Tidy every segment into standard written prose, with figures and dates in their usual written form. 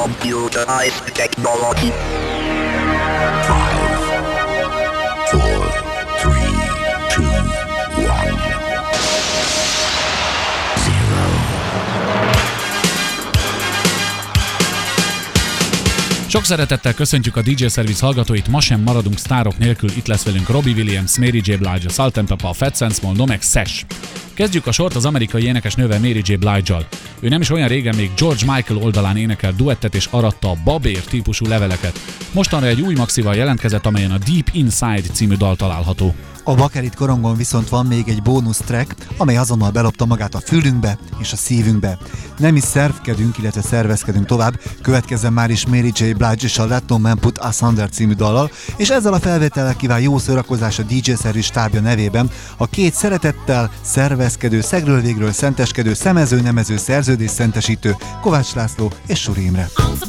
Computerized technology. 5, 4, 3, 2, 1, 0. Sok szeretettel köszöntjük a DJ Service hallgatóit, ma sem maradunk sztárok nélkül, itt lesz velünk Robbie Williams, Mary J. Blige, Salt & Pepper, Fats & Small, Nomex, Sesh. Kezdjük a sort az amerikai énekesnővel, Mary J. Blige-al. Ő nem is olyan régen még George Michael oldalán énekel duettet és aratta a babér típusú leveleket. Mostanra egy új maxival jelentkezett, amelyen a Deep Inside című dal található. A bakelit korongon viszont van még egy bónusz track, amely azonnal belopta magát a fülünkbe és a szívünkbe. Nem is szervkedünk, illetve szervezkedünk tovább, következzen már is Mary J. Blige és a Let No Man Put Us Under című dallal, és ezzel a felvétellel kíván jó szórakozás a DJ Service stábja nevében a két szeretettel szervezkedő, szegről végről szenteskedő, szemező, nemező, szerződés szentesítő Kovács László és Suri Imre.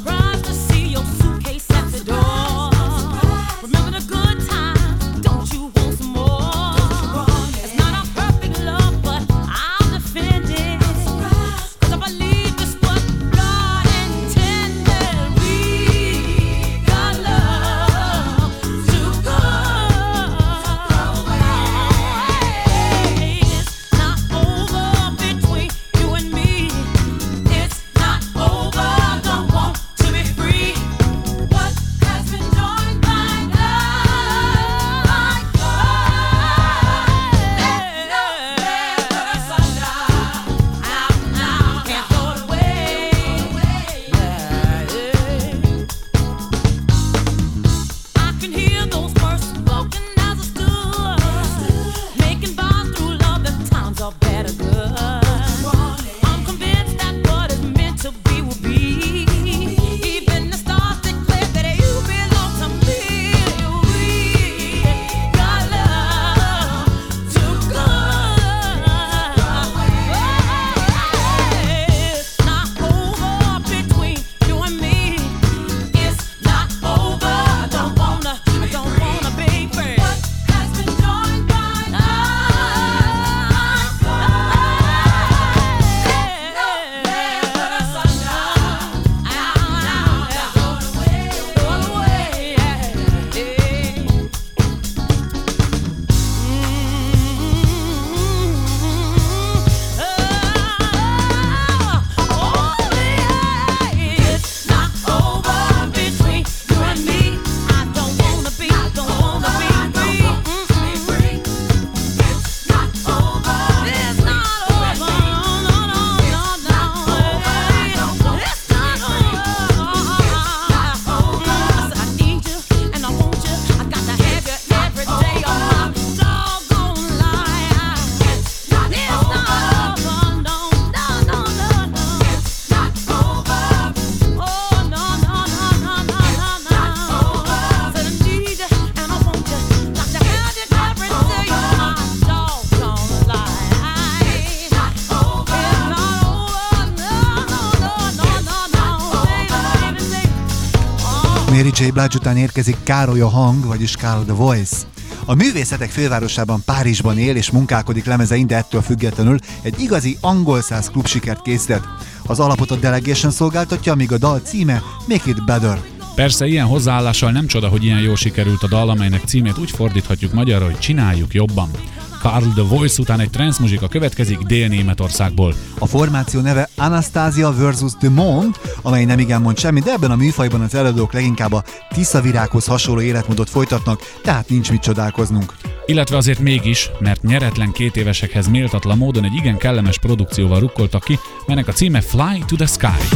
Mary J. Blige után érkezik Károly a hang, vagyis Carl the Voice. A művészetek fővárosában, Párizsban él és munkálkodik lemezein, de ettől függetlenül egy igazi angol száz klubsikert készített. Az alapot a Delegation szolgáltatja, míg a dal címe Make It Better. Persze ilyen hozzáállással nem csoda, hogy ilyen jól sikerült a dal, amelynek címét úgy fordíthatjuk magyarra, hogy csináljuk jobban. Carl the Voice után egy transzmuzsika következik Dél-Németországból. A formáció neve Anastasia vs. The Monde, amely nem igen mond semmit, de ebben a műfajban az előadók leginkább a tiszavirághoz hasonló életmódot folytatnak, tehát nincs mit csodálkoznunk. Illetve azért mégis, mert nyeretlen 2 évesekhez méltatlan módon egy igen kellemes produkcióval rukkoltak ki, melynek a címe Fly to the Sky.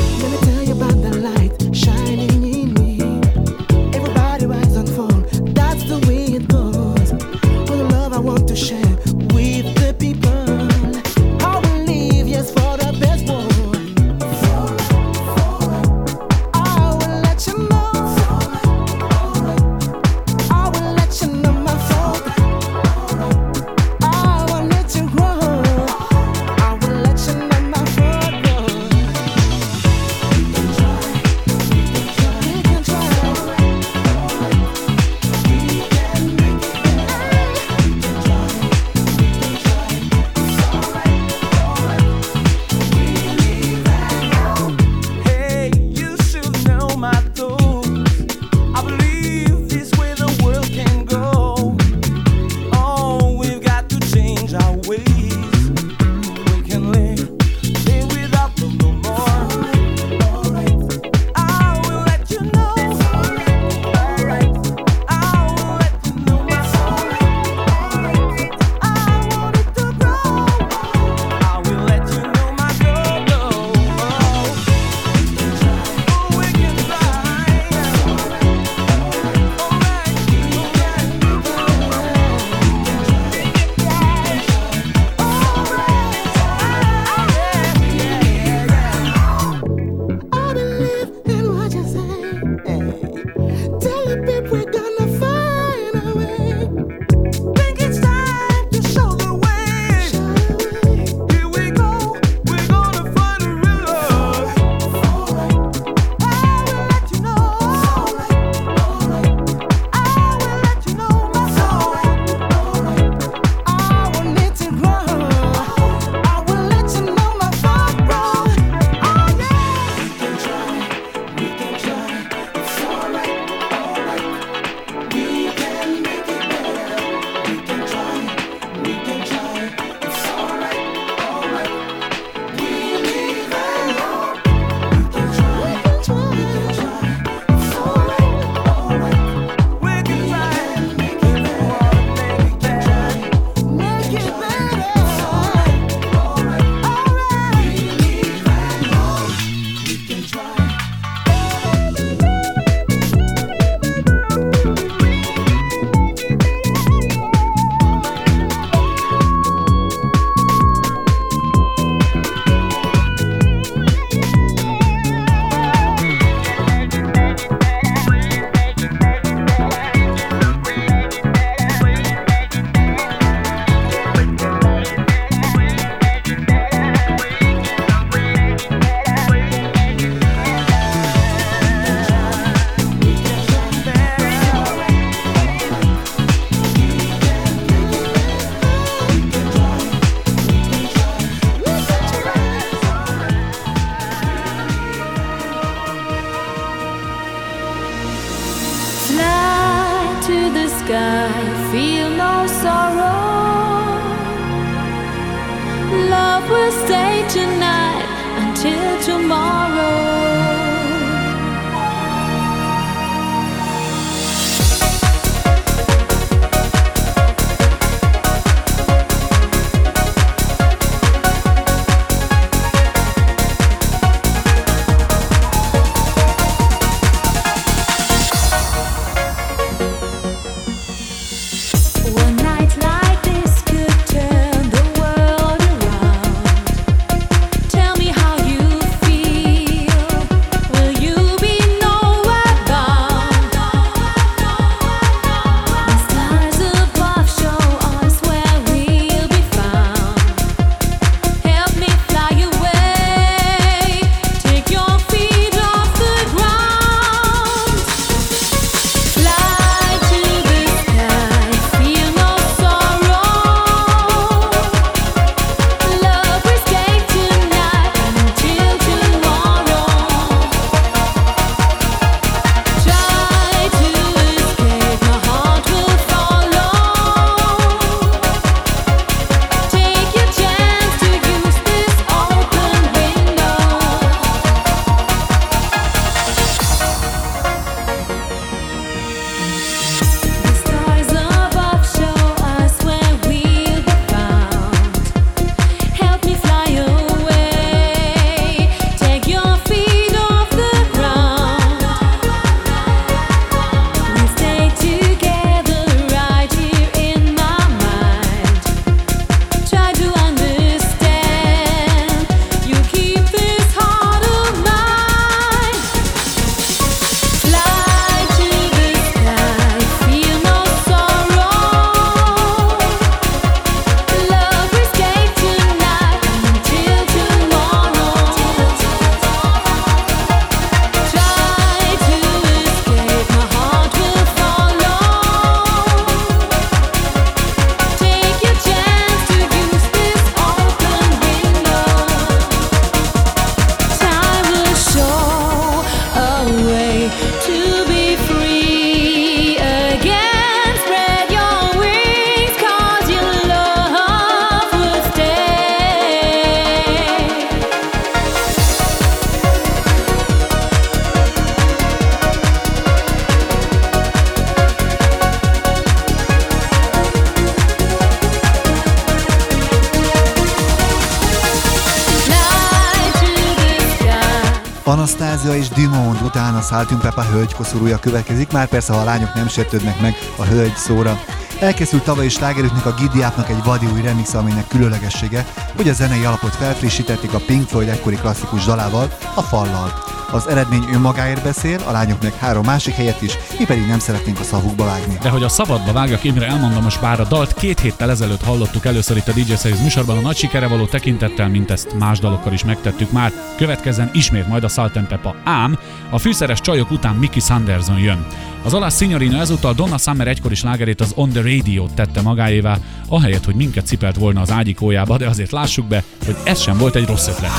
Anastasia és Dumont után a Salt & Pepper hölgykoszorúja következik, már persze, ha a lányok nem sértődnek meg a hölgy szóra. Elkészült tavalyi slágerüknek, a Giddy Up-nak egy vadi új remix, aminek különlegessége, hogy a zenei alapot felfrissítették a Pink Floyd egykori klasszikus dalával, a Fallal. Az eredmény önmagáért beszél, a lányok meg 3 másik helyet is, mi pedig nem szeretnénk a szavukba vágni. De hogy a szabadba vágjak, Imre, elmondom, most bár a dalt 2 héttel ezelőtt hallottuk először itt a DJ Series műsorban, a nagy sikere való tekintettel, mint ezt más dalokkal is megtettük már, következzen ismét majd a Salt & Pepper. Ám a fűszeres csajok után Mickey Sanderson jön. Az olasz Signorina ezúttal Donna Summer egykori slágerét, az On The Radio-t tette magáévá, ahelyett, hogy minket cipelt volna az ágyikójába, de azért lássuk be, hogy ez sem volt egy rossz ötlet.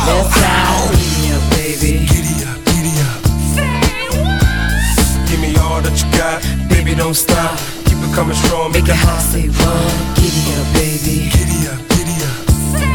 Give me all that you got, baby, don't stop. Keep it coming strong, make it hot. Say what? Giddy up, baby. Giddy up, giddy up.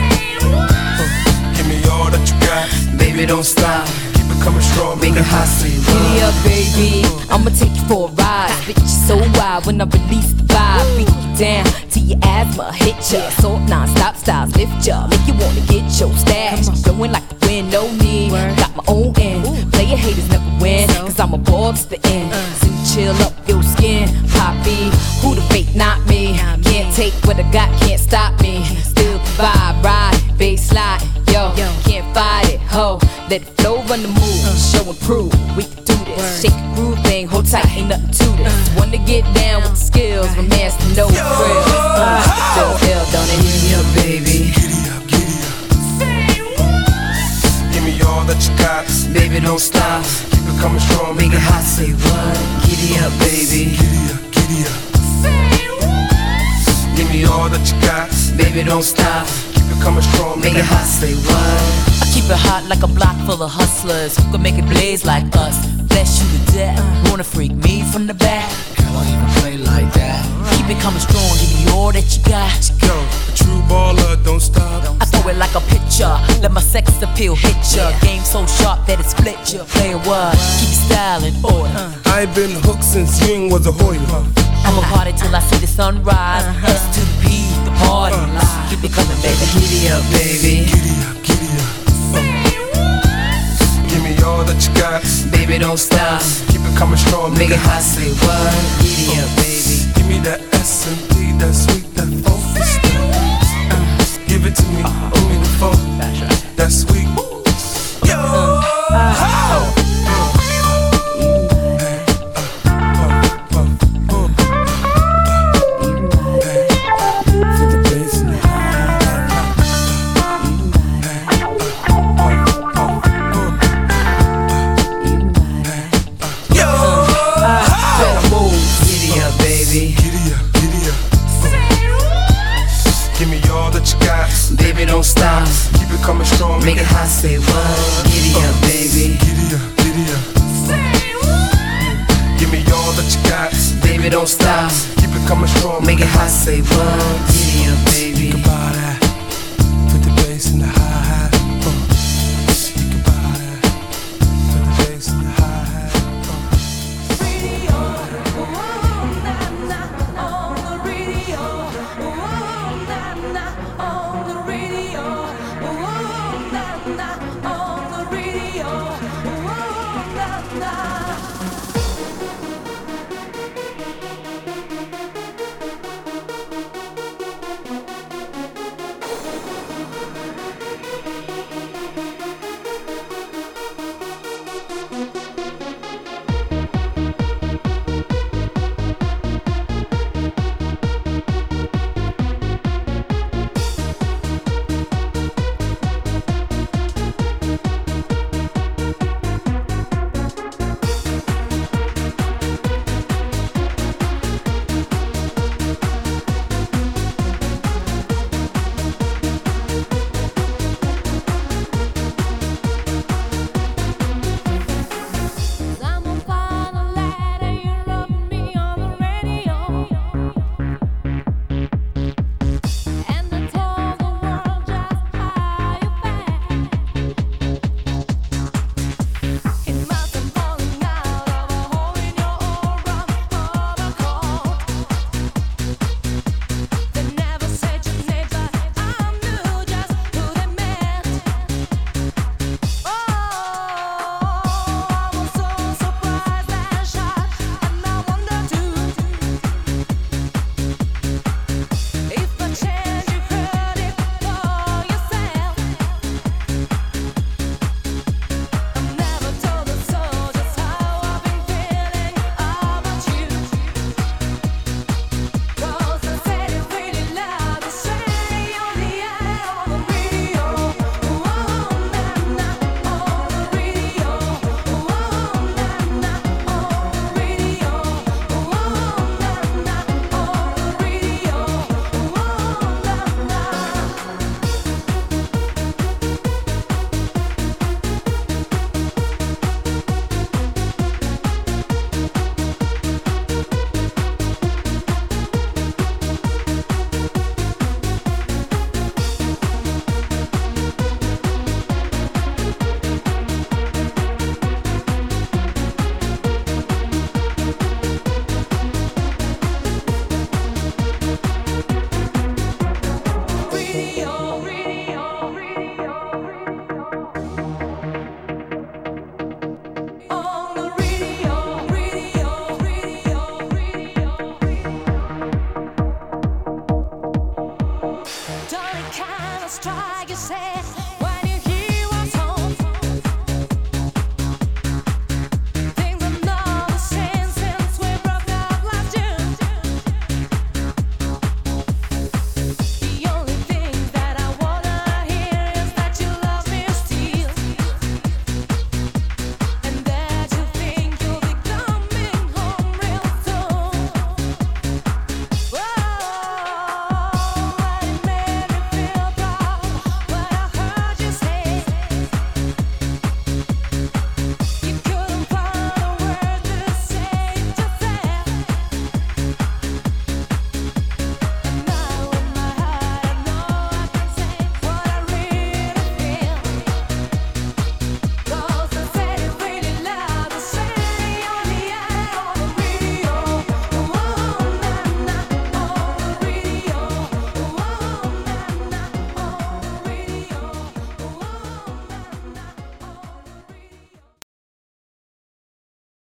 Give me all that you got, baby, don't stop. Keep it coming strong, make it hot. Say what? Giddy up, baby. I'ma take you for a ride. Bitch, you're so wild when I release the vibe. Beat you down till your asthma hit ya. So non-stop styles lift ya, make you wanna get your stash. Going like the wind, no need. Got my own end. Player haters never win, cause I'm a ball to the end. So chill up your skin, poppy. Who the fake, not me. Can't take what I got, can't stop me. Still the vibe, ride, bass slide. Yo, can't fight it, ho. Let it flow, run the move, show and prove. We can do this, shake a groove thing, hold tight, ain't nothing to this. Wanna get down with the skills, my man's to know the thrill. Feel, don't it? Giddy up, baby. Giddy up, giddy up. Give me all that you got, baby, don't stop. Keep it coming strong, make it hot. Say what? Giddy up, baby. Giddy up, giddy up. Give me all that you got, baby, don't stop. Keep it coming strong, make it hot. Say what? I keep it hot like a block full of hustlers who can make it blaze like us. Bless you to death. Wanna freak me from the back? Girl, I even play like that. Keep it coming strong, give me all that you got. Yo, a true baller, don't stop. I throw it like a pitcher, let my sex appeal hit ya. Game so sharp that it split ya. Play what? Keep your style in order. I've been hooked since Ying was a hoiler. I'ma party till I see the sunrise. S to the P, the party live. Keep it coming, baby. Giddy up, baby. Giddy up, giddy up. Give me all that you got, baby, don't stop. Keep it coming strong, make it hot. Say what? Giddy up, baby. Give me that S&P, that sweet, that funky stuff. Give it to me, give me the funk, that sweet. Yo, don't stop, keep it coming strong, make it hot, say what? Giddy up, baby. Giddy up, giddy up. Give me all that you got, baby, don't stop, keep it coming strong, make it hot, say what? Giddy up, baby. You can buy that, put the bass in the hi-hat. You can buy that, put the bass in the hi-hat. Radio, oh, na na, on the radio, oh, na na, on the radio, oh, na na, on the radio, oh, na na.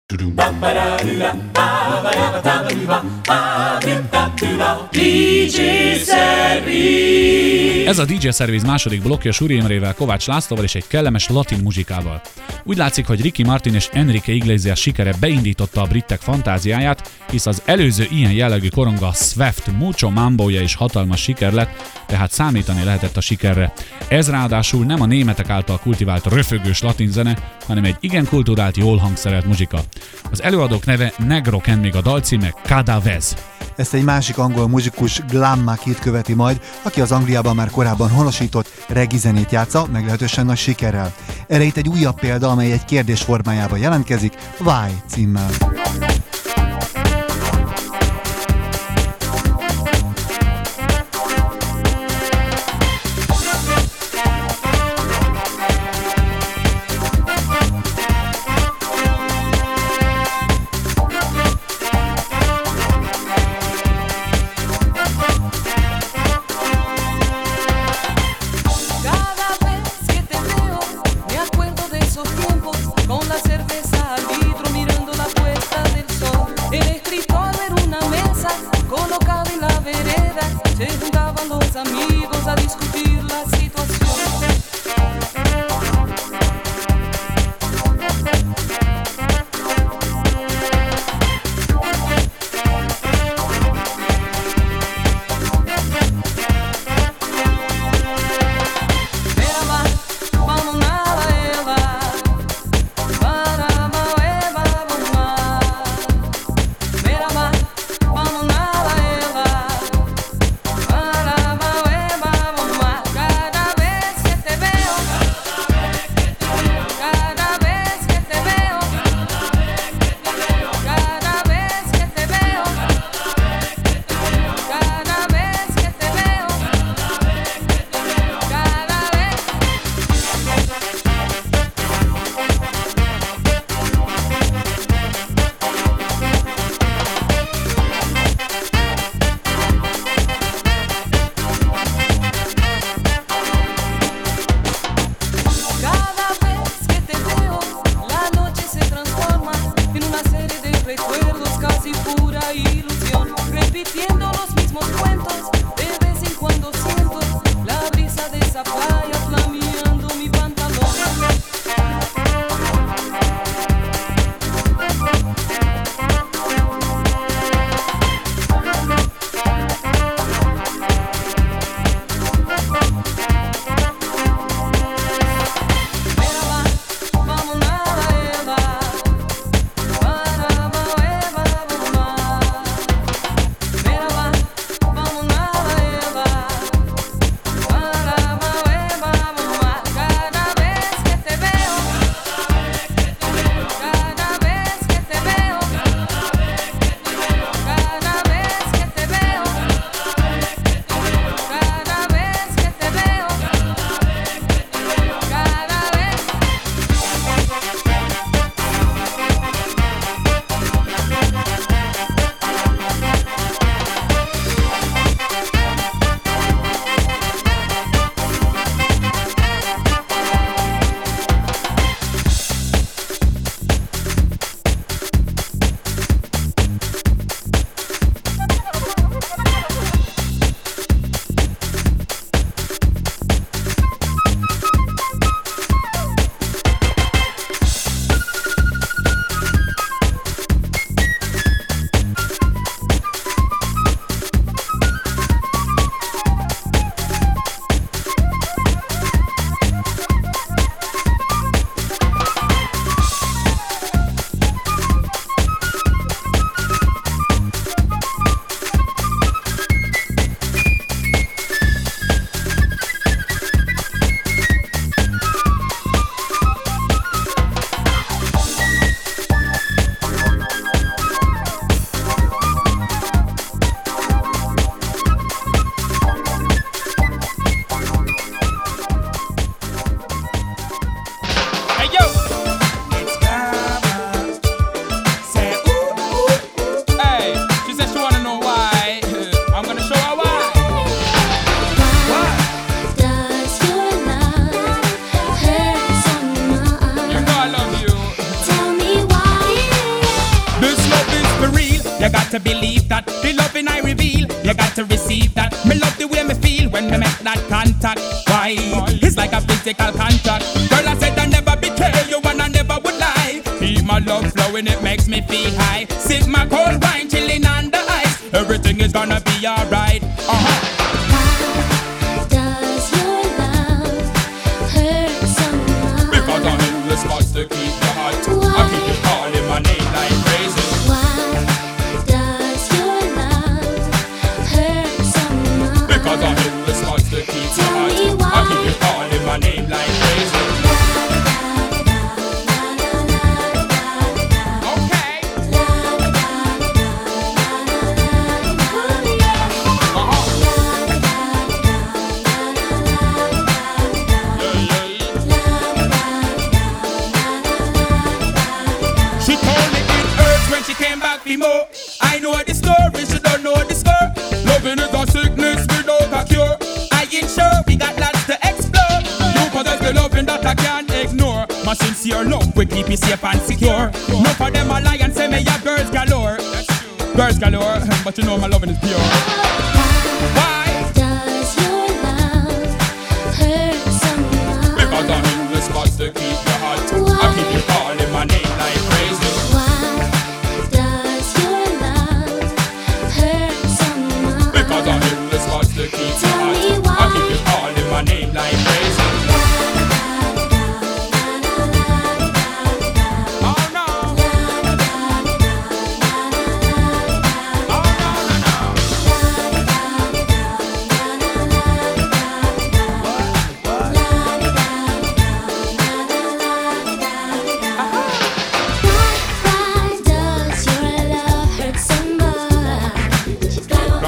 Ez a DJ Service második blokkja Suri Imrével, Kovács Lászlóval és egy kellemes latin muzsikával. Úgy látszik, hogy Ricky Martin és Enrique Iglesias sikere beindította a britek fantáziáját, hisz az előző ilyen jellegű koronga Swift Mucho Mamboja is hatalmas siker lett, tehát számítani lehetett a sikerre. Ez ráadásul nem a németek által kultivált röfögős latin zene, hanem egy igen kulturált, jól hangszerelt muzsika. Az előadók neve Negro Ken, még a dalcíme Cada Vez. Ezt egy másik angol muzsikus, Glam McKeith követi majd, aki az Angliában már korábban honosított reggae zenét játsza, meglehetősen nagy sikerrel. Erre itt egy újabb példa, amely egy kérdés formájában jelentkezik, Why címmel. Con la cerveza al litro mirando la puerta. You got to believe that the loving I reveal, you got to receive that. Me love the way me feel when me make that contact. Why? It's like a physical contact. Girl, I said I never betray you and I never would lie. Keep my love flowing, it makes me feel high. Sip my cold wine, chilling on the ice. Everything is gonna be alright. Spots to keep your heart. I keep you calling my name like crazy. Why does your love hurt so much? Because I hit the spots to keep your heart. I keep you calling my name like crazy. More. I know the story, she don't know the score. Loving is a sickness without a cure. I ain't sure we got lots to explore. You possess the loving that I can't ignore. My sincere love will keep you safe and secure. No for them a lie and say me have girls galore. Girls galore, but you know my loving is pure. Why does your love hurt so much? Because I'm in the spots to keep your heart. I keep you calling my name like crazy. To keep your heart. I keep you calling my name like crazy. Oh no. Oh no, no, no. Why does your love hurt so much?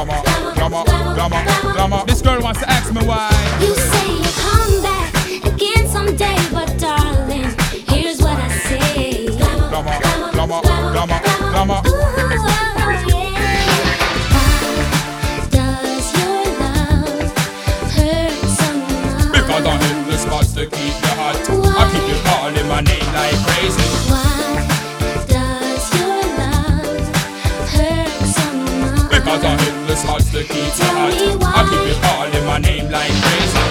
Glamour. This girl wants to ask me why. You say you'll come back again someday, but darling, here's what I say. Glamour. Ooh, yeah. Why does your love hurt so much? Because I'm in the spots to keep your heart. I keep you calling my name like crazy. Why does your love hurt so much? Because I'm in the spots to keep your heart. I keep you calling my name like crazy.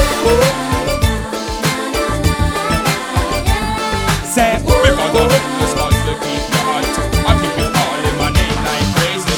Say, because I'm in the spots to keep your heart. I keep you calling my name like crazy.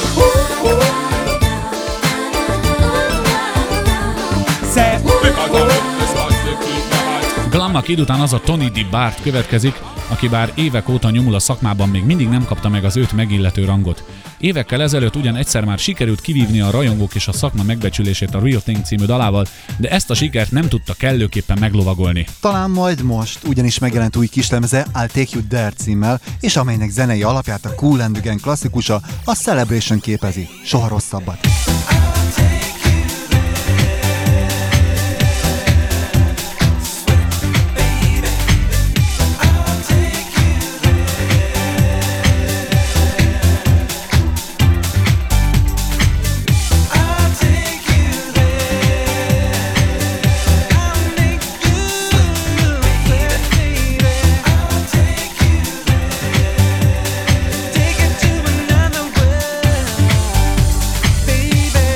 Say, because I'm in the spots to keep your heart. Glamnak idután az a Tony D. Bart következik, aki bár évek óta nyomul a szakmában, még mindig nem kapta meg az őt megillető rangot. Évekkel ezelőtt ugyan egyszer már sikerült kivívni a rajongók és a szakma megbecsülését a Real Thing című dalával, de ezt a sikert nem tudta kellőképpen meglovagolni. Talán majd most, ugyanis megjelent új kislemeze I'll Take You There címmel, és amelynek zenei alapját a Kool and the Gang klasszikusa, a Celebration képezi. Soha rosszabbat. Baby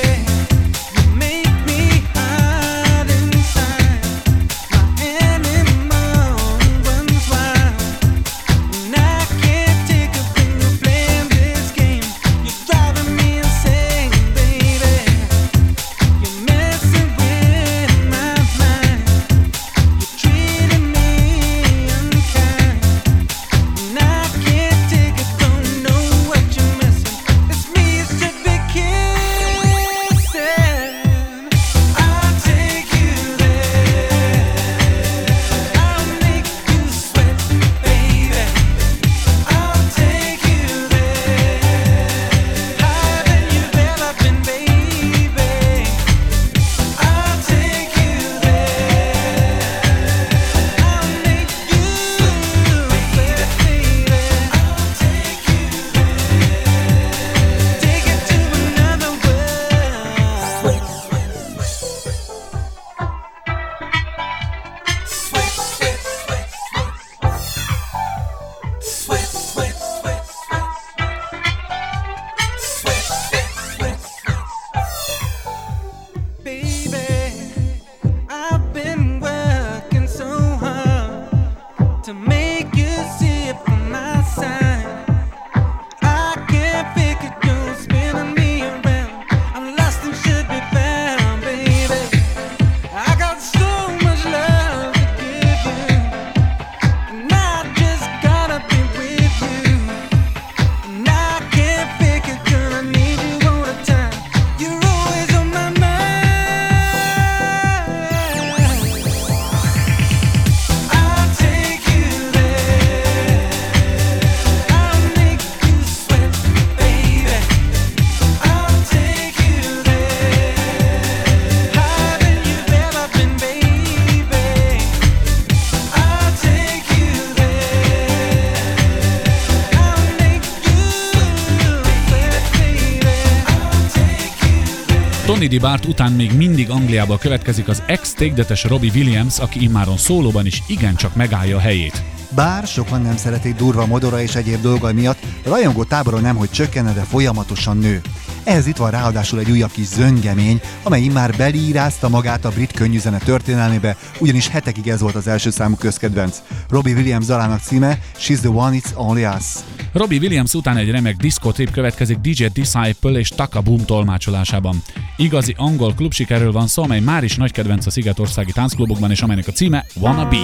Tony DiBart után még mindig Angliából következik az ex-Take-That-es Robbie Williams, aki immáron szólóban is igencsak megállja a helyét. Bár sokan nem szeretik durva modora és egyéb dolgai miatt, a rajongó tábora nemhogy csökkenne, de folyamatosan nő. Ehhez itt van ráadásul egy újabb kis zöngemény, amely immár beleírázta magát a brit könnyűzene történelmébe, ugyanis hetekig ez volt az első számú közkedvenc. Robbie Williams dalának címe She's the One, It's Only Us. Robbie Williams után egy remek diszkotrip következik DJ Disciple és Taka Boom tolmácsolásában. Igazi angol klubsikerről van szó, amely már is nagy kedvenc a szigetországi táncklubokban, és amelynek a címe Wanna Be.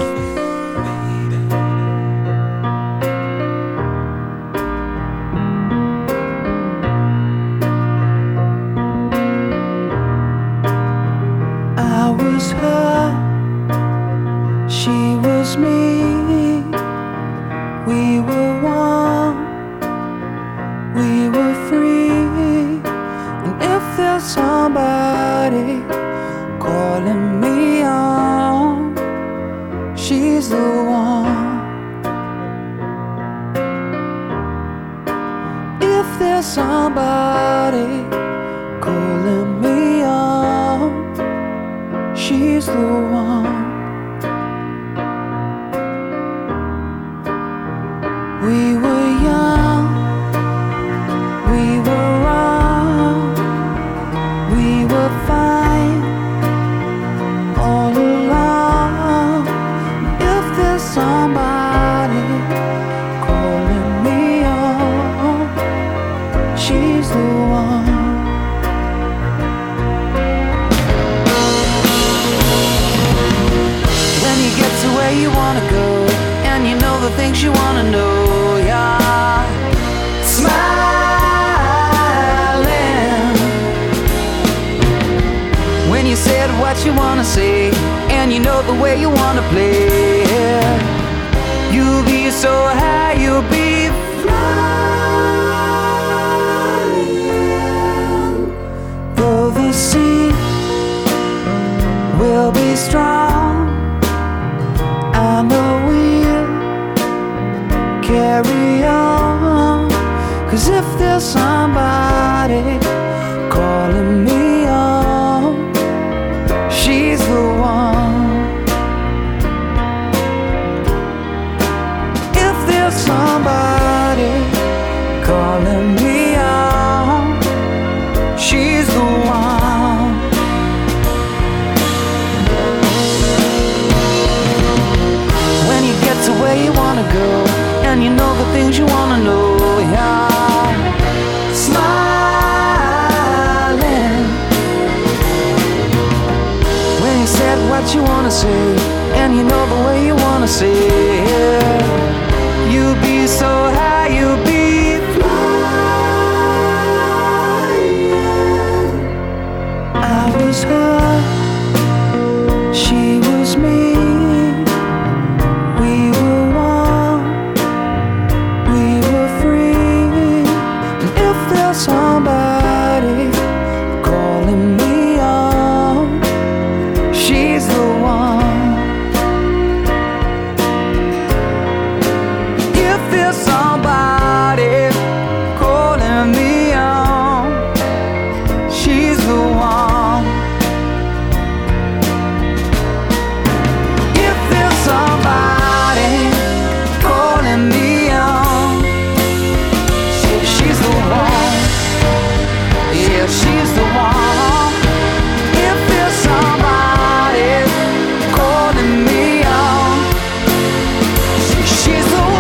She's the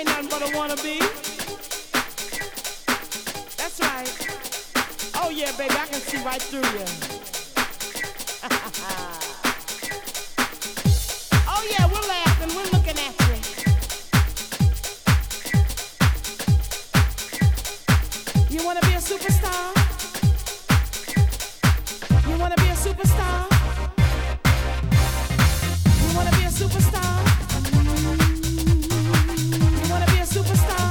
ain't nothing but a wannabe. That's right. Oh yeah, baby, I can see right through you. Oh yeah, we're laughing, we're looking at you. You wanna be a superstar? You wanna be a superstar? You wanna be a superstar? You wanna be a superstar?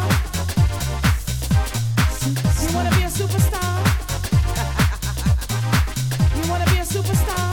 You wanna be a superstar? You wanna be a superstar?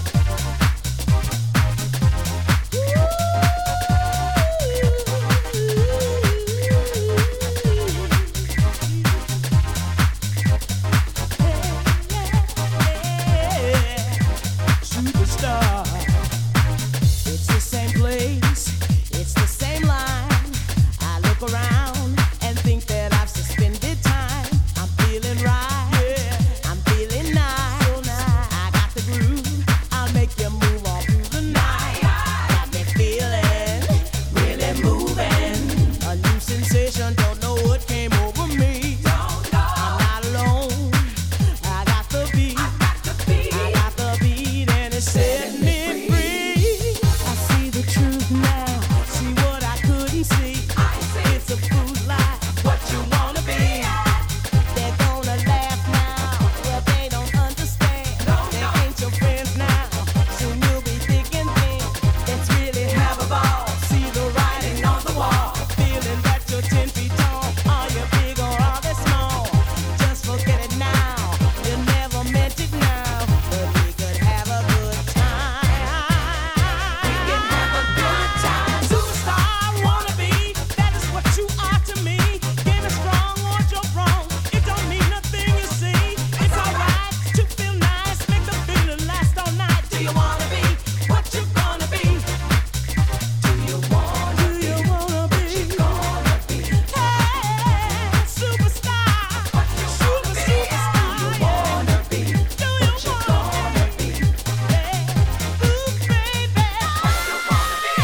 Superstar. It's the same place, it's the same line. I look around and think that I've suspended time. I'm feeling right, I'm feeling nice. I got the groove, I'll make you move all through the night. Got me feeling, really moving. A new sensation, don't know what came over me. I'm not alone, I got the beat. I got the beat and it's setting me free. I see the truth now, see what I couldn't see. It's a food life, what you wanna be. They're gonna laugh now, well they don't understand. They ain't your friends now, soon you'll be thinking things. Let's really have a ball, see the writing on the wall. Feeling that you're 10 feet tall, are you big or are they small? Just forget it now, you never meant it now. But we could have a good time. We can have a good time. Superstar wannabe, that is what you are to me. Game is strong or you're wrong, it don't mean nothing you see. It's alright to feel nice, make the feeling last all night. Do you wanna be what you gonna be? Do you wanna be what you gonna be? Hey, superstar, superstar, do you wanna be what you gonna be? Hey, ooh baby, what you wanna be?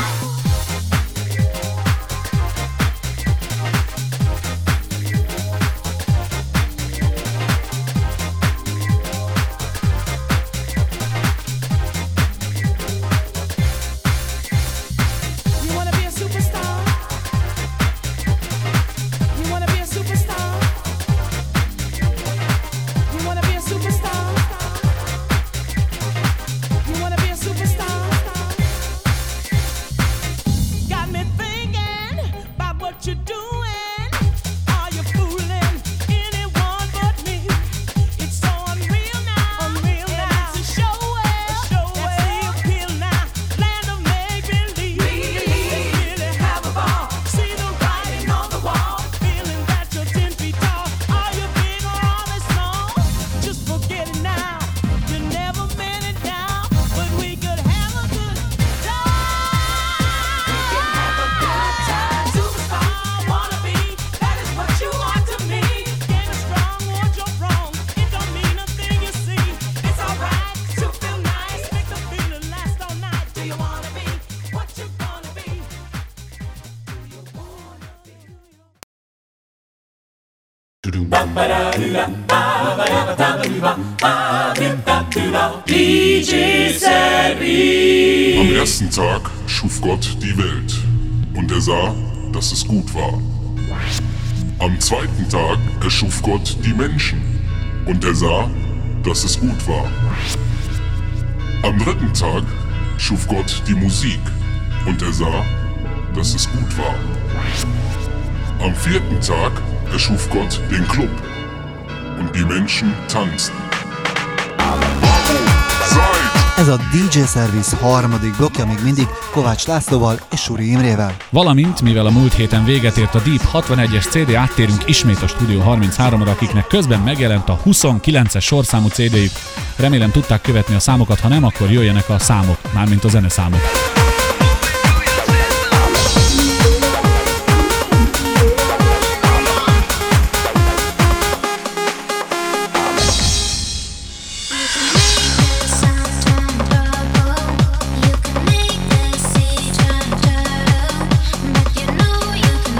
You wanna be a superstar? You wanna be a superstar? You wanna be a superstar? You wanna be a superstar? Got me thinking about what you're doing. Are you fooling anyone but me? It's so unreal now, unreal now. It's a show that's the appeal now. Land of make believe, really have a ball. See the writing on the wall, feeling that you're 10 feet tall. Are you big or are they small? Just forget it now, you never meant it now. But we could have a good time. We can have a good time. Superstar wannabe, that is what you are to me. Game is strong or you're wrong, it don't mean nothing you see. It's alright to feel nice, make the feeling last all night. Do you wanna be what you gonna be? Do you wanna be? Am ersten Tag schuf Gott die Welt und er sah, dass es gut war. Am zweiten Tag erschuf Gott die Menschen und er sah, dass es gut war. Am dritten Tag schuf Gott die Musik und er sah, dass es gut war. Am vierten Tag erschuf Gott den Club und die Menschen tanzten. Ez a DJ Service harmadik blokkja még mindig Kovács Lászlóval és Suri Imrével. Valamint, mivel a múlt héten véget ért a Deep 61-es CD, áttérünk ismét a Studio 33-ra, akiknek közben megjelent a 29-es sorszámú CD-jük. Remélem tudták követni a számokat, ha nem, akkor jöjjenek a számok, mármint a zeneszámok. You can make the sea turn turtle, but you know you can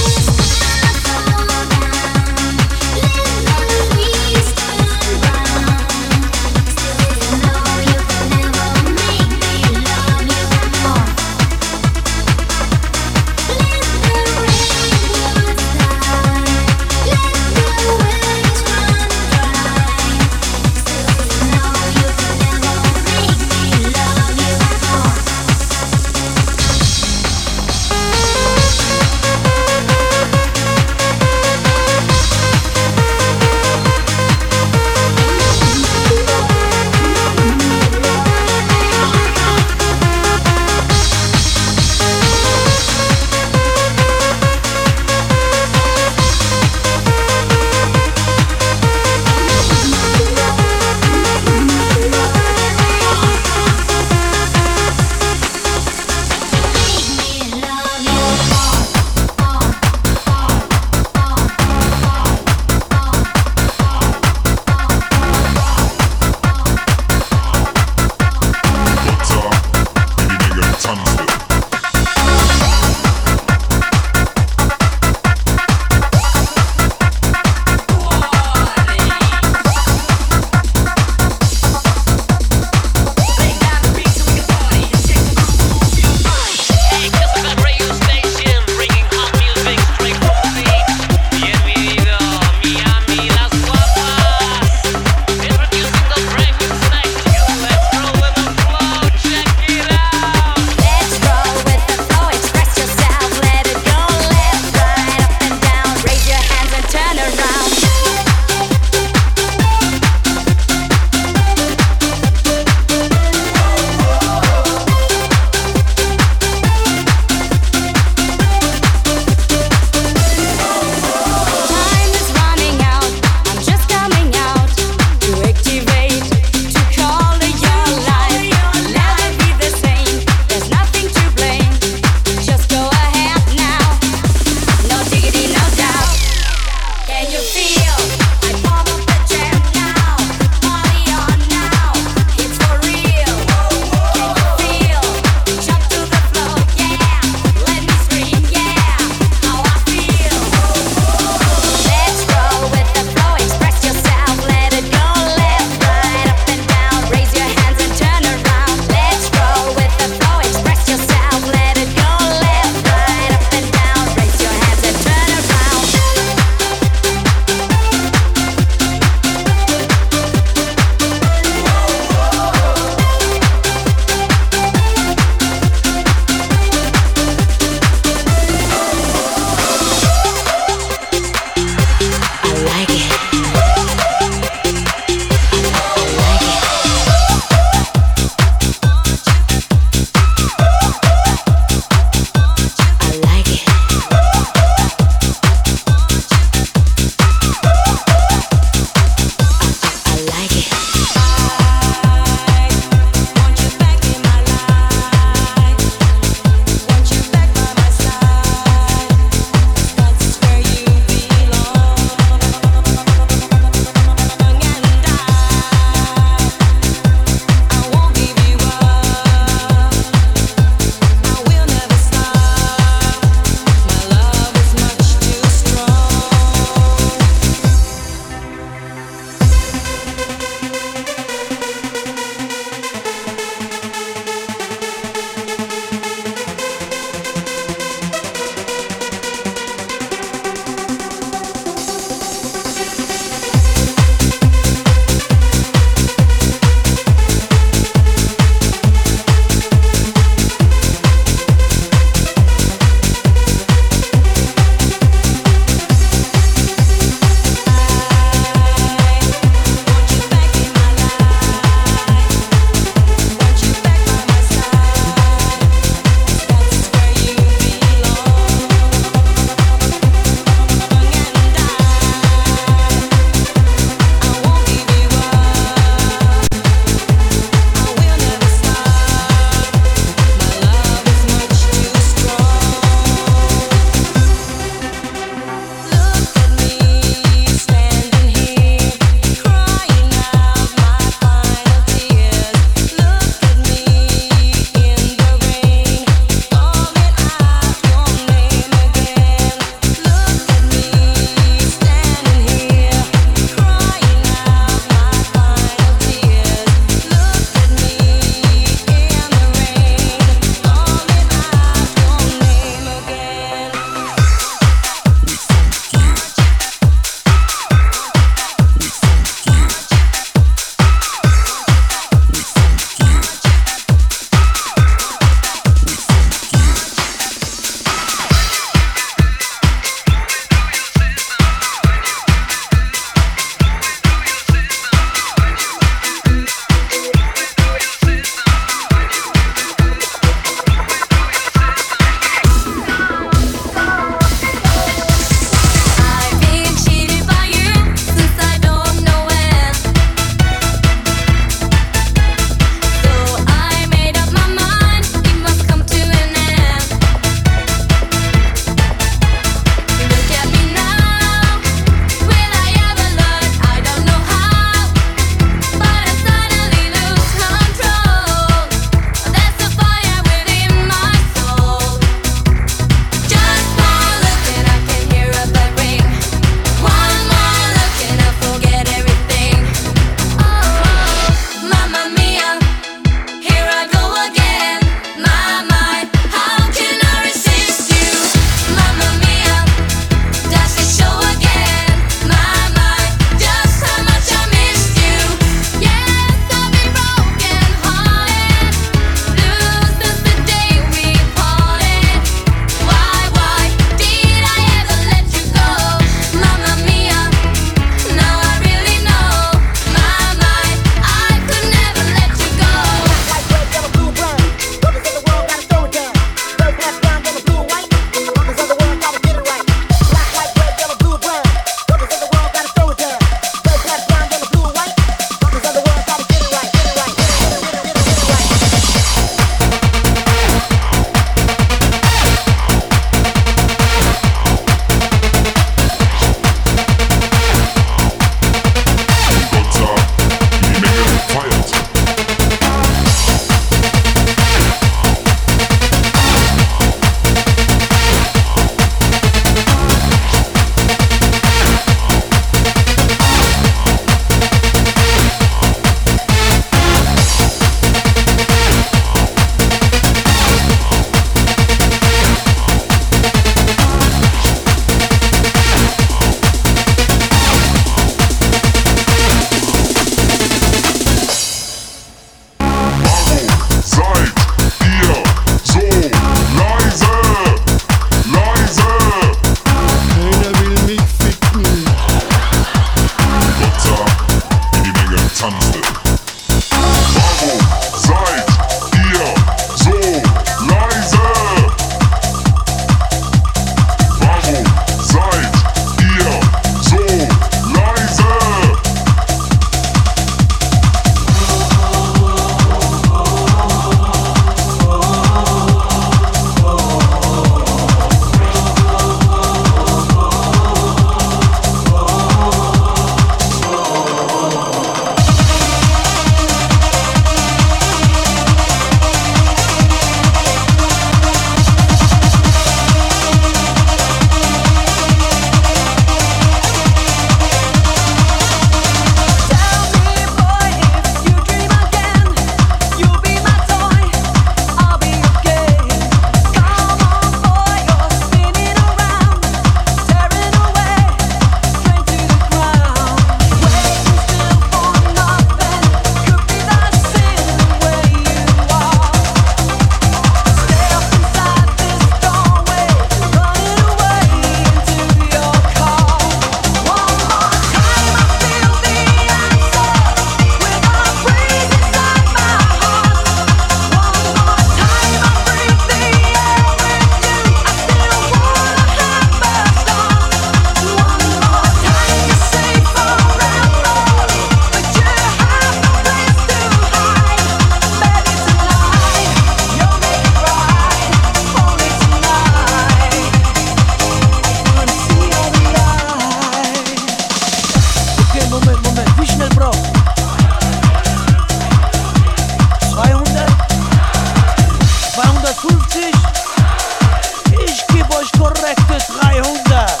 150. Ich geb euch korrekte 300.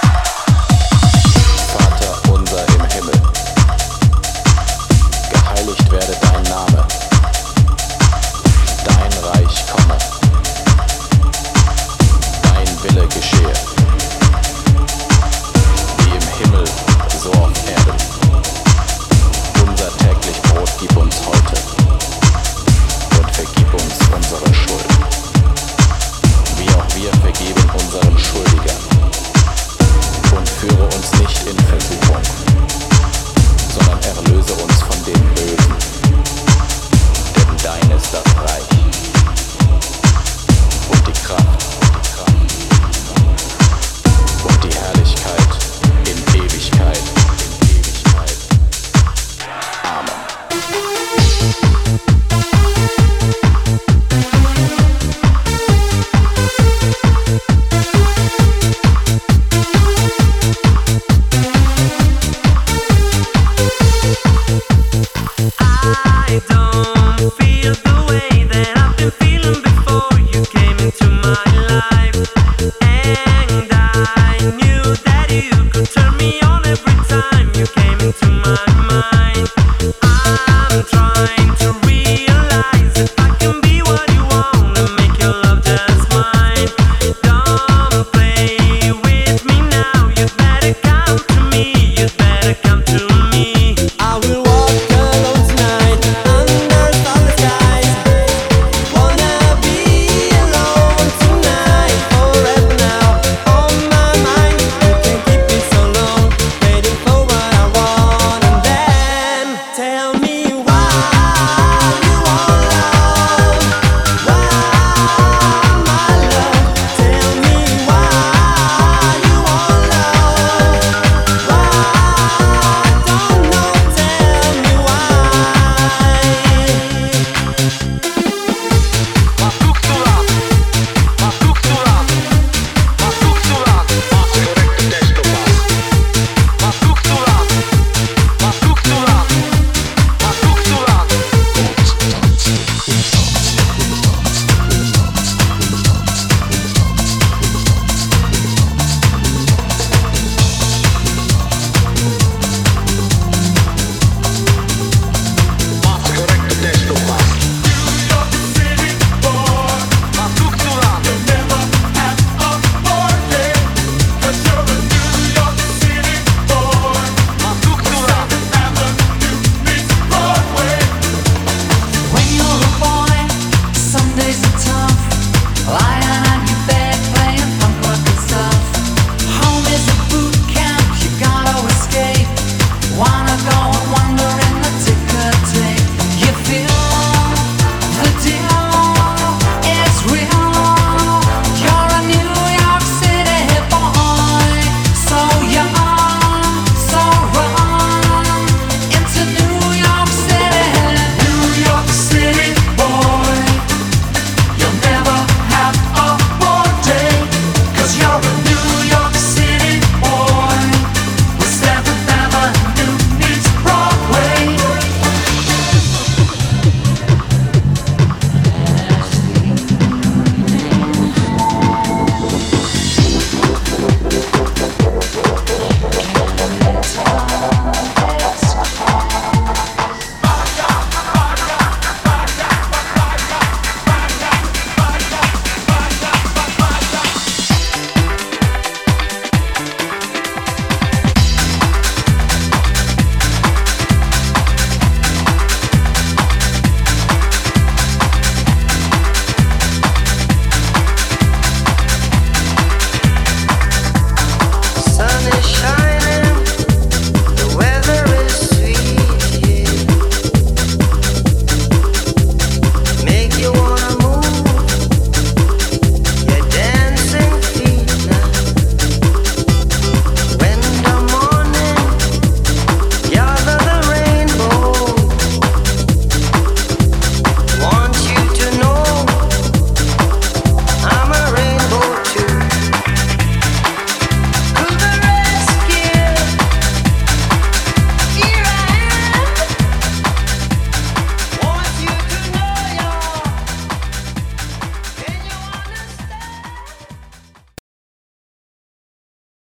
Vater unser im Himmel, geheiligt werde dein Name, dein Reich komme, dein Wille geschehe, wie im Himmel, so auf Erden. Unser täglich Brot gib uns heute und vergib uns unsere Schuld, wie auch wir vergeben unseren Schuldigern.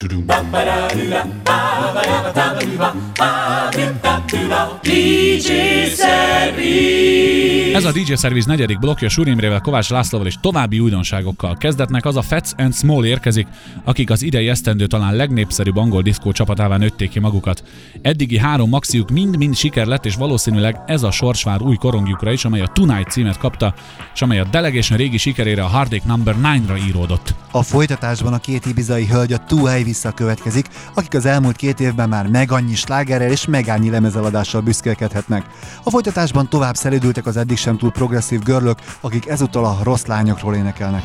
DJ Service. Ez a DJ Service negyedik blokkja Súr Imrével, Kovács Lászlóval és további újdonságokkal. Kezdetnek az a Fats and Small érkezik, akik az idei esztendő talán legnépszerűbb angol diszkó csapatává nőtték ki magukat. Eddigi 3 maxiuk mind-mind siker lett, és valószínűleg ez a sors vár új korongjukra is, amely a Tonight címet kapta, és amely a Delegation régi sikerére, a Hard Ache No. 9-ra íródott. A folytatásban a két ibizai hölgy, a Too High visszakövetkezik, akik az elmúlt 2 évben már meg annyi slágerrel és meg annyi lemezeladással büszkélkedhetnek. A folytatásban tovább szelődültek az eddig sem túl progresszív görlök, akik ezúttal a rossz lányokról énekelnek.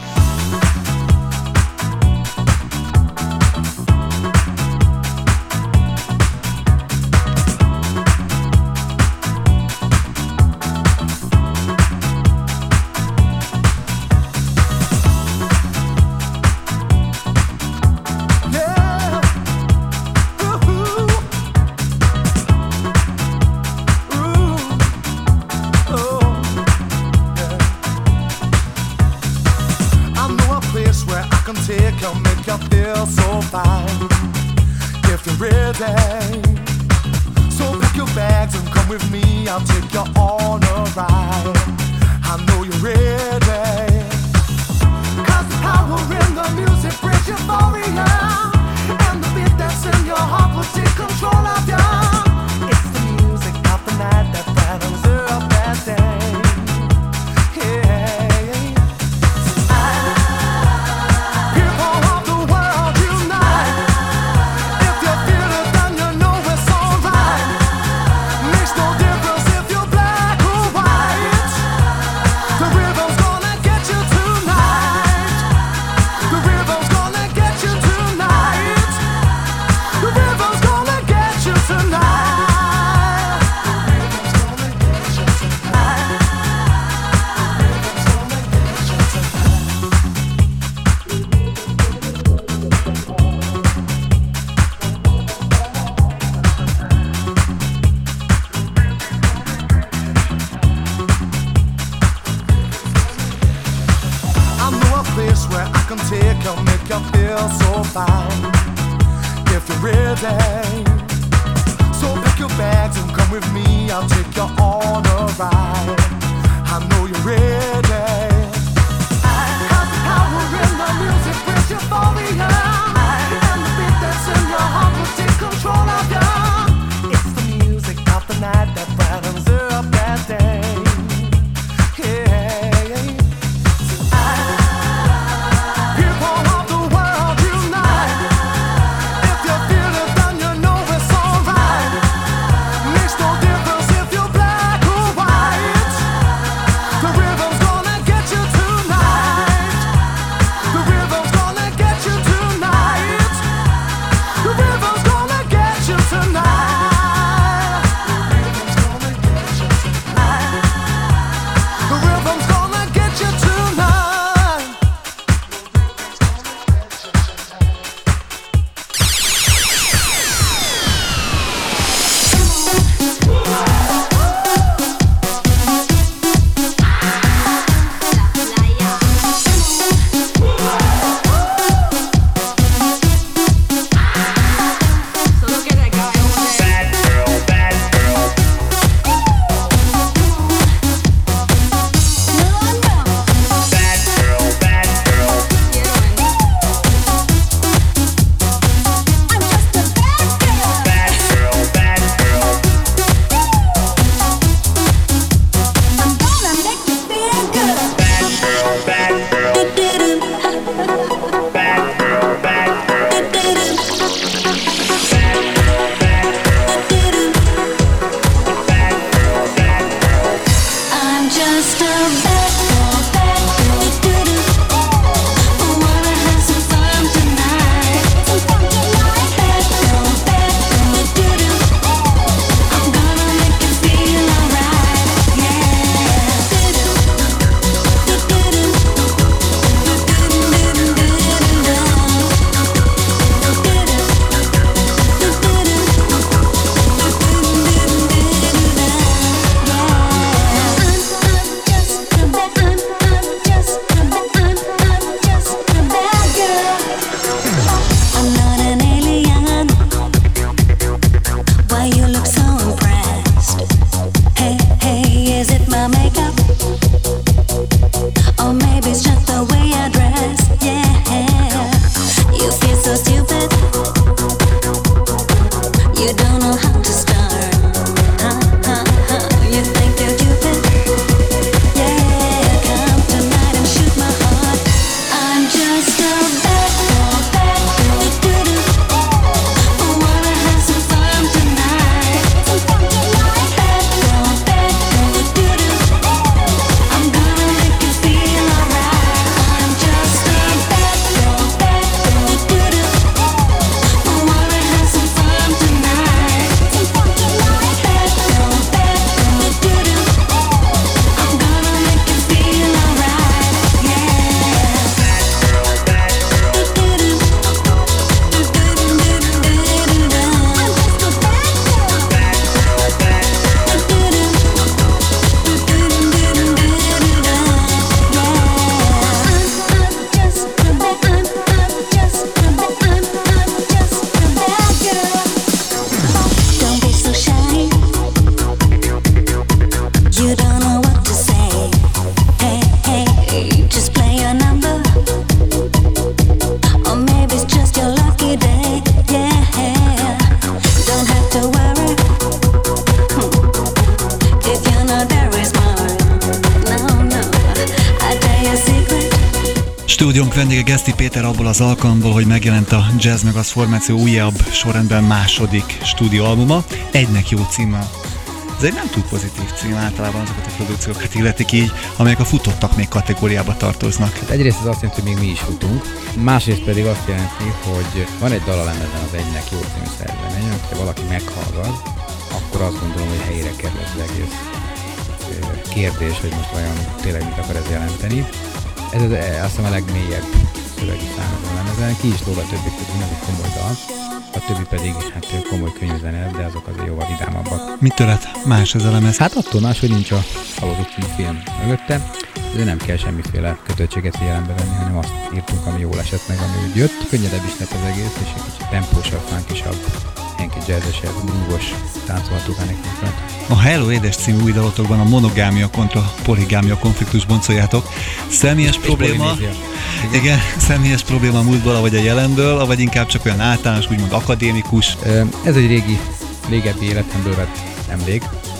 Stúdiónk vendége Geszti Péter abból az alkalomból, hogy megjelent a Jazz Megas formáció újabb sorrendben második stúdióalbuma, Egynek jó címmel. Ez egy nem túl pozitív cím, általában azokat a produkciókat illetik így, amelyek a futottak még kategóriába tartoznak. Hát egyrészt ez azt jelenti, hogy még mi is futunk, másrészt pedig azt jelenti, hogy van egy dal a lemezen az Egynek jó című szerzemény, hogyha valaki meghallgat, akkor azt gondolom, hogy helyére kerül az egész kérdés, hogy most vajon tényleg mit akar ez jelenteni. Ez azt hiszem a legmélyebb szövegi számozó a lemezen, ki is lóg a többi közül, ez egy komoly dal, a többi pedig hát komoly könyvzene, de azok azért jóval vidámabbak. Mitől lett más ez a lemez? Hát attól más, hogy nincs a Halózó című film mögötte, de nem kell semmiféle kötöttséget figyelembe venni, hanem azt írtunk, ami jól esett meg, ami úgy jött. Könnyedebb is lett az egész, és egy kicsit tempósabb, funkisabb, ilyen kis jazzesebb, grúvos táncolható zeneknek. A Hello Édes című új dalotokban a monogámia kontra poligámia konfliktus boncoljátok. Személyes probléma? Igen, személyes probléma a múltból, vagy a jelenből, vagy inkább csak olyan általános, úgymond akadémikus? Ez egy régebbi életemből vett emlék.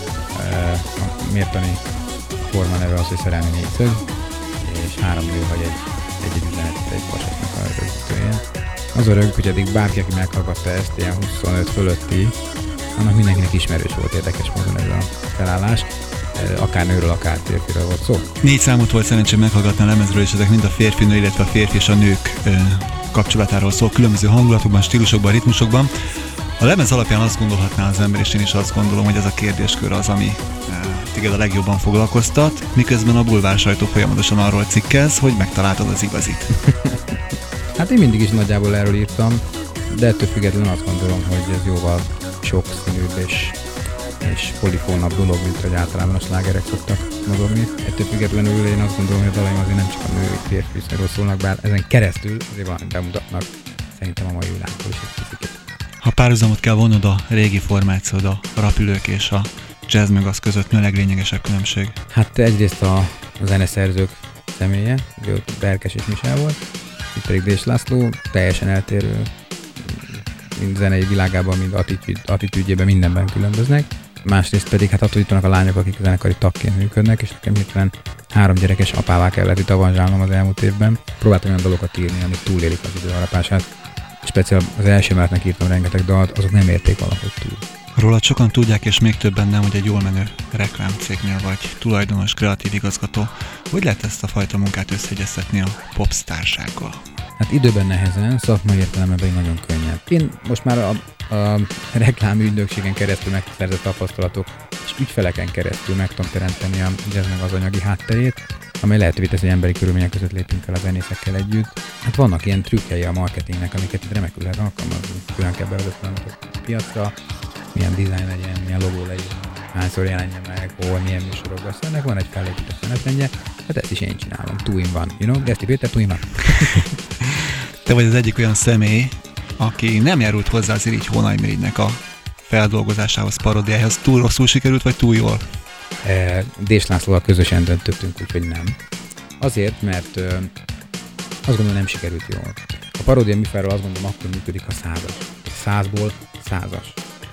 A mértani forma neve az, hogy szerelmi négyszög, és 3 nő vagy egy üzenet, egy vasatnak a rögzítőjén. Az a rög, hogy eddig bárki, aki meghallgatta ezt, ilyen 25 fölötti, annak mindenkinek ismerős volt érdekes módon ez a felállás. Akár nőről, akár férfiről volt szó. 4 számot volt szerencsém meghallgatni a lemezről, és ezek mind a férfi-nő, illetve a férfi és a nők kapcsolatáról szól, különböző hangulatokban, stílusokban, ritmusokban. A lemez alapján azt gondolhatná az ember, és én is azt gondolom, hogy ez a kérdéskör az, ami téged a legjobban foglalkoztat, miközben a bulvár sajtó folyamatosan arról cikkelsz, hogy megtaláltad az igazit. Hát én mindig is nagyjából erről írtam, de ettől függetlenül azt gondolom, hogy ez jóval sokszínűbb és polifónabb dolog, mint hogy általában a slágerek szoktak mozogni. Ettől függetlenül én azt gondolom, hogy a dalaim azért nem csak a női férfi viszonyról szólnak, bár ezen keresztül azért valamit bemutatnak szerintem a mai világból is egy kicsit. Ha párhuzamot kell vonnod a régi formációd, a rapülők és a Jazz Megas között, mi a leglényegesebb különbség? Hát egyrészt a zeneszerzők személye, ott Berkes és Michel volt, itt pedig Dés László, teljesen eltérő, mind zenei világában, mind attitűdjében, mindenben különböznek. Másrészt pedig hát attól itt vannak a lányok, akik zenekari tagként működnek, és nekem hirtelen 3 gyerekes apává kellett itt avanzsálnom az elmúlt évben. Próbáltam olyan dalokat írni, amik túlélik az időharapását. Speciál az első emeletnek írtam rengeteg dalt, azok nem érték valahogy túl. Rólad sokan tudják, és még többen nem, hogy egy jól menő reklámcégnél vagy tulajdonos, kreatív igazgató. Hogy lehet ezt a fajta munkát összeegyeztetni a popsztársággal? Hát időben nehezen, szakmai értelemben pedig nagyon könnyen. Én most már a reklámügynökségen keresztül megszerzett tapasztalatok és ügyfeleken keresztül meg tudom teremteni a jazznek az anyagi hátterét, amely lehetővé teszi, hogy emberi körülmények között lépünk fel a zenészekkel együtt. Hát vannak ilyen trükkjei a marketingnek, amiket itt remekül lehet alkalmazni. Külön kell bevezetni a piacra, milyen dizájn legyen, milyen logó legyen, hányszor jelenjen meg, hol, milyen műsorokban. Szóval ennek van egy felépített menetrendje, hát ezt is én csinálom. Two in one, you know? Geszti Péter, two in one. Te vagy az egyik olyan személy, aki nem járult hozzá az Irigy Hónajmirigynek a feldolgozásához, paródiához. Túl rosszul sikerült, vagy túl jól? Dés Lászlóval közösen döntöttünk, úgyhogy nem. Azért, mert azt gondolom, nem sikerült jól. A paródia műfajról azt gondolom, akkor működik a 100-as. 100-ból 100-as.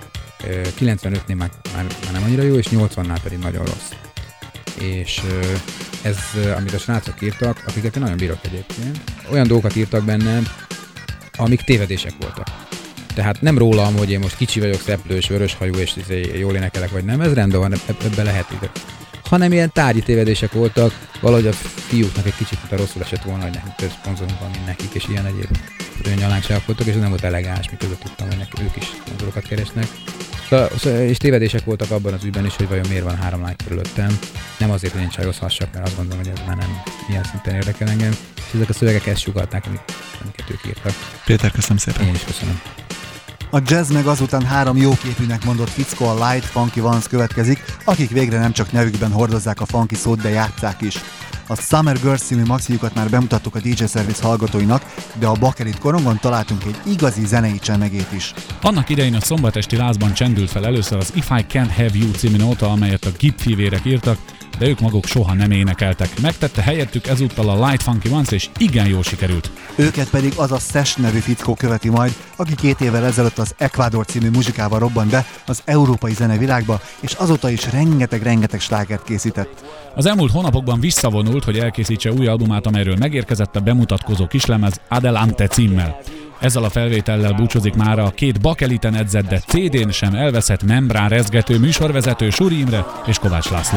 95-nél már nem annyira jó, és 80-nál pedig nagyon rossz. És ez, amit a srácok írtak, akiket én nagyon bírok egyébként, olyan dolgokat írtak benne, amik tévedések voltak. Tehát nem rólam, hogy én most kicsi vagyok, szeplős, vöröshajú, és jól énekelek, vagy nem, ez rendben van, ebbe lehet ide. Hanem ilyen tárgyi tévedések voltak, valahogy a fiúknak egy kicsit rosszul esett volna, hogy nekünk több szponzorunk van, mint nekik, és ilyen egyéb nyalánságok voltak, és ez nem volt elegáns, miközben tudtam, hogy ők is szponzorokat keresnek. És tévedések voltak abban az ügyben is, hogy vajon miért van 3 lány körülöttem. Nem azért, hogy én csajozhassak, mert azt gondolom, hogy ez már nem ilyen szinten érdekel engem. És ezek a szövegek ezt sugallták, amiket ők írtak. Péter, köszönöm szépen. Én is köszönöm. A Jazz Meg azután 3 jóképűnek mondott fickó, a Light Funky Ones következik, akik végre nem csak nevükben hordozzák a funky szót, de játsszák is. A Summer Girls című maxiukat már bemutattuk a DJ Service hallgatóinak, de a Bakelit korongon találtunk egy igazi zenei csemegét is. Annak idején a szombatesti lázban csendült fel először az If I Can't Have You című nóta, amelyet a Gibb fivérek írtak, de ők maguk soha nem énekeltek. Megtette helyettük ezúttal a Light Funky Ones, és igen jól sikerült. Őket pedig az a Sesh nevű fickó követi majd, aki 2 évvel ezelőtt az Ecuador című muzsikával robbant be az európai zenevilágba, és azóta is rengeteg slágert készített. Az elmúlt hónapokban visszavonult, hogy elkészítse új albumát, amelyről megérkezett a bemutatkozó kislemez Adelante címmel. Ezzel a felvétellel búcsúzik már a 2 bakeliten edzett, de CD-n sem elveszett membránrezgető műsorvezető Suri Imre és Kovács László.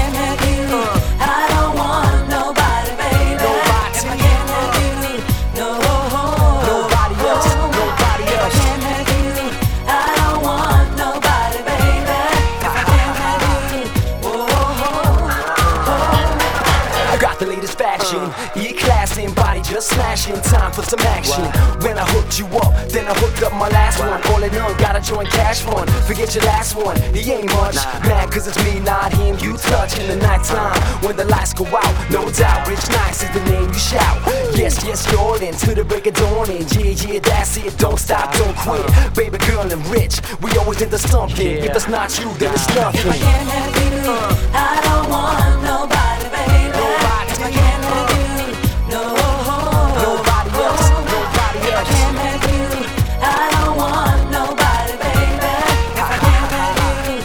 E-classing, body just smashing, time for some action. When I hooked you up, then I hooked up my last one. All it done, got a joint cash fund. Forget your last one, he ain't much. Mad cause it's me, not him, you touch. In the nighttime, when the lights go out, no doubt, Rich Nice is the name you shout. Yes, you're in, to the break of dawn. Yeah, that's it, don't stop, don't quit. Baby girl and Rich, we always did the something. If it's not you, then it's nothing. If I can't have you, I don't want nobody, baby. Nobody. If I can't have you, nobody else. If I can't have you, I don't want nobody, baby. If I can't have you,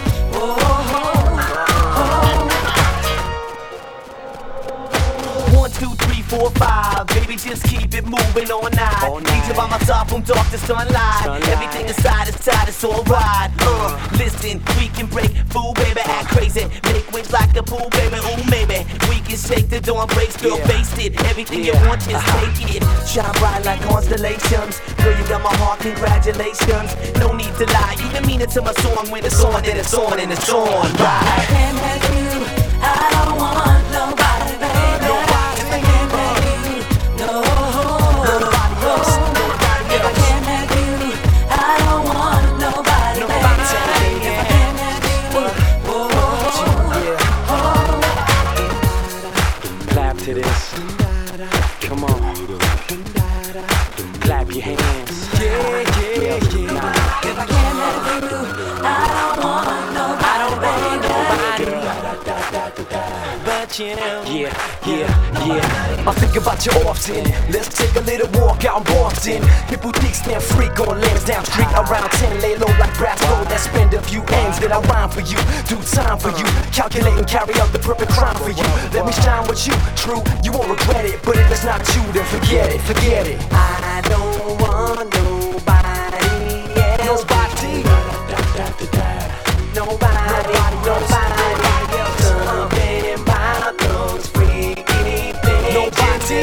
One, two, three, 4, 5. Baby, just keep it moving all night. Each by my top from dark to sunlight. Everything inside is tight, it's alright. Listen, we can break, fool, baby, act crazy. Make waves like a pool, baby, ooh, maybe. We can shake the dawn breaks, girl, face it. Everything you want, just take it. Shine bright like constellations. Girl, you got my heart, congratulations. No need to lie, you can mean it to my song. When it's on, then it's on, and it's on, right? I can't have you, I don't want nobody, baby. If I can't have you, nobody else. If I can't have you, I don't want nobody, baby. If I can't have you, Clap to this. Come on. Clap your hands. Yeah. if I can't have you, I don't want nobody, baby. But you know. Yeah. I think about you often. Let's take a little walk out in Boston. Hit boutiques, stand freak on Lambs down street. Around 10, lay low like brass gold. Then spend a few ends, then I rhyme for you. Do time for you. Calculate and carry out the perfect crime for you. Let me shine with you. True, you won't regret it. But if it's not you, then forget it. I don't want nobody else. Nobody else. Something about those freaky things. Nobody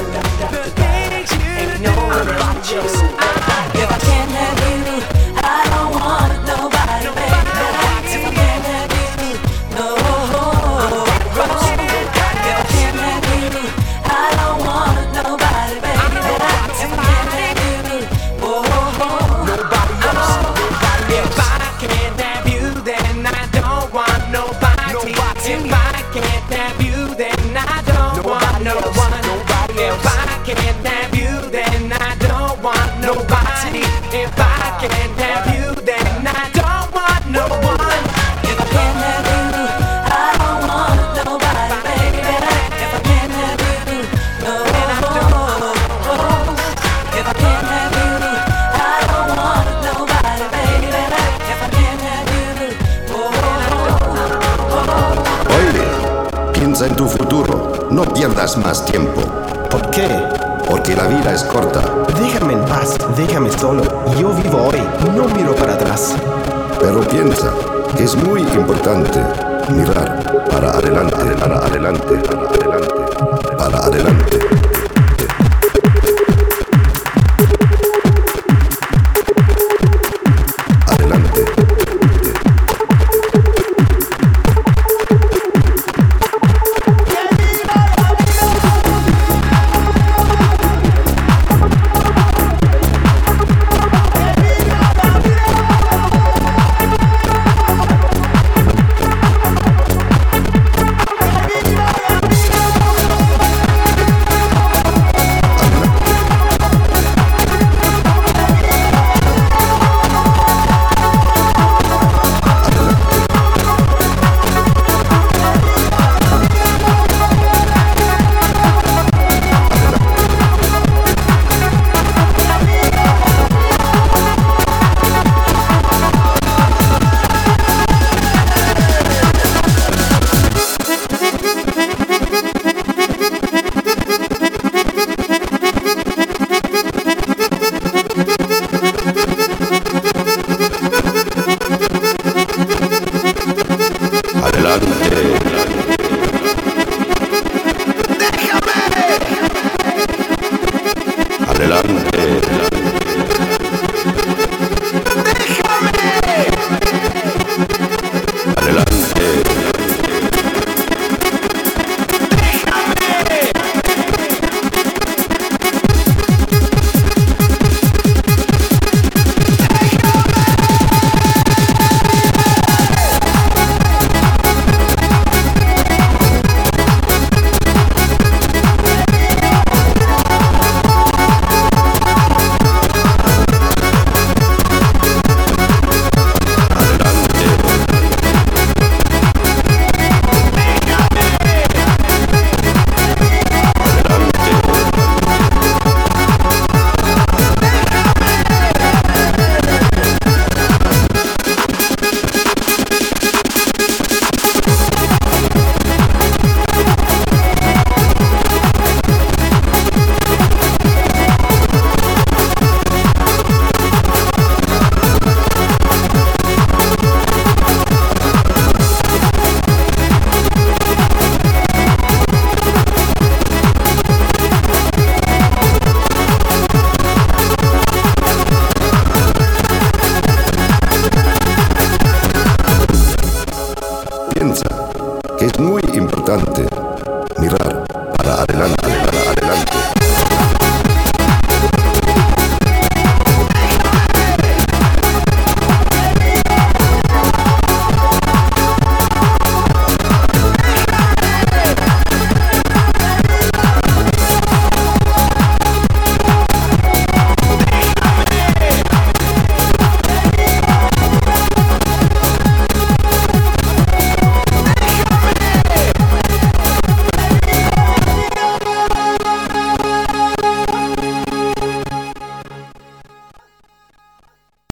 ain't no one else. If I can't have you, I don't want nobody, baby. If I can't have you, If I can't have you, I don't want nobody, baby. If I can't have you, Nobody else. If I can't have you, then I don't want nobody. If I can't have you, then I don't want no one. If I can't have you, then I don't want nobody. If I can't have you, then I don't want no one. if I can't have you, I don't want nobody, baby. If I can't have you, If I can't have you, I don't want nobody, baby. If I can't have you, Oye, piensa en tu futuro, no pierdas más tiempo. ¿Por qué? Porque la vida es corta. Déjame en paz, déjame solo. Yo vivo hoy, no miro para atrás. Pero piensa que es muy importante mirar para adelante, para adelante, para adelante, para adelante. adelante, para adelante.